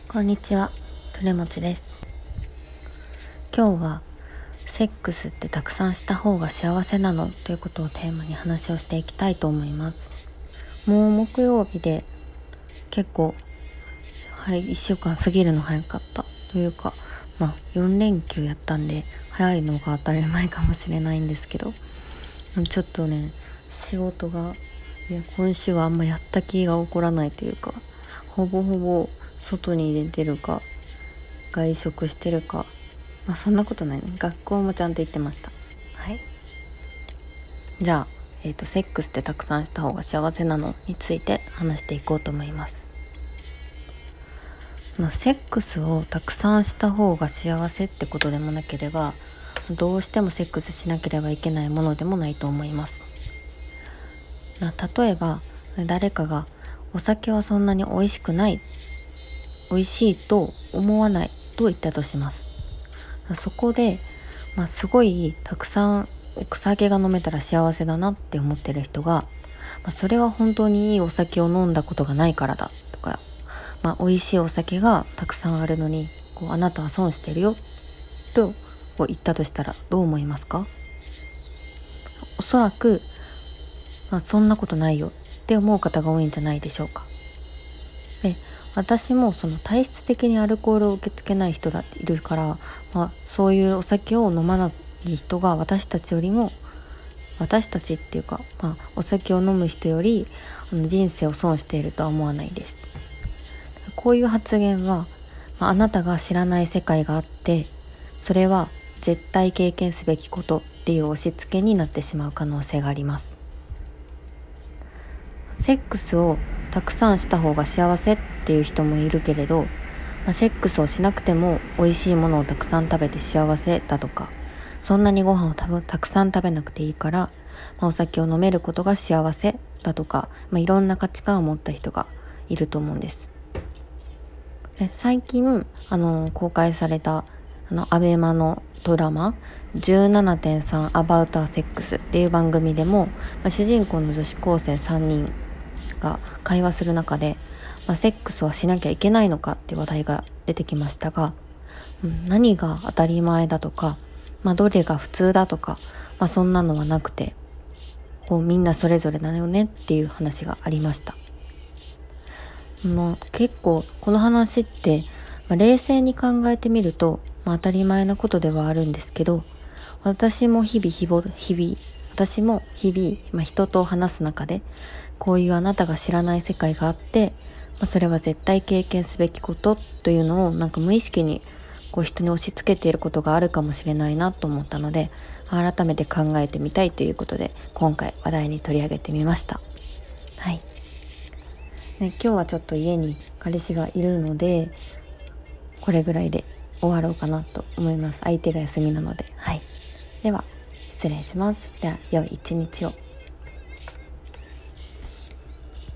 こんにちは、とれもちです。今日はセックスってたくさんした方が幸せなのということをテーマに話をしていきたいと思います。もう木曜日で結構1週間過ぎるの早かったというか、4連休やったんで早いのが当たり前かもしれないんですけど、ちょっとね仕事が今週はあんまやった気が起こらないというか、ほぼほぼ外に出てるか外食してるか、そんなことないね。学校もちゃんと行ってました。はい。じゃあ、セックスってたくさんした方が幸せなのについて話していこうと思います。セックスをたくさんした方が幸せってことでもなければ、どうしてもセックスしなければいけないものでもないと思います。例えば誰かがお酒はそんなに美味しくない、美味しいと思わないと言ったとします。そこで、すごいたくさんお酒が飲めたら幸せだなって思ってる人が、それは本当にいいお酒を飲んだことがないからだとか、美味しいお酒がたくさんあるのにあなたは損してるよと言ったとしたらどう思いますか？おそらく、そんなことないよって思う方が多いんじゃないでしょうか。で、私もその体質的にアルコールを受け付けない人だっているから、そういうお酒を飲まない人が私たちっていうか、お酒を飲む人より人生を損しているとは思わないです。こういう発言は、あなたが知らない世界があって、それは絶対経験すべきことっていう押し付けになってしまう可能性があります。セックスをたくさんした方が幸せっていう人もいるけれど、セックスをしなくても美味しいものをたくさん食べて幸せだとか、そんなにご飯をたくさん食べなくていいから、お酒を飲めることが幸せだとか、いろんな価値観を持った人がいると思うんです。で、最近公開されたアベマのドラマ 17.3 About a Sex っていう番組でも、主人公の女子高生3人が会話する中で、セックスはしなきゃいけないのかっていう話題が出てきましたが、何が当たり前だとか、どれが普通だとか、そんなのはなくて、みんなそれぞれだよねっていう話がありました。結構この話って、冷静に考えてみると、当たり前なことではあるんですけど、私も日々、人と話す中で、こういうあなたが知らない世界があって、それは絶対経験すべきことというのを無意識に人に押し付けていることがあるかもしれないなと思ったので、改めて考えてみたいということで今回話題に取り上げてみました。はい。今日はちょっと家に彼氏がいるので、これぐらいで終わろうかなと思います。相手が休みなので。はい。では失礼します。では良い一日を。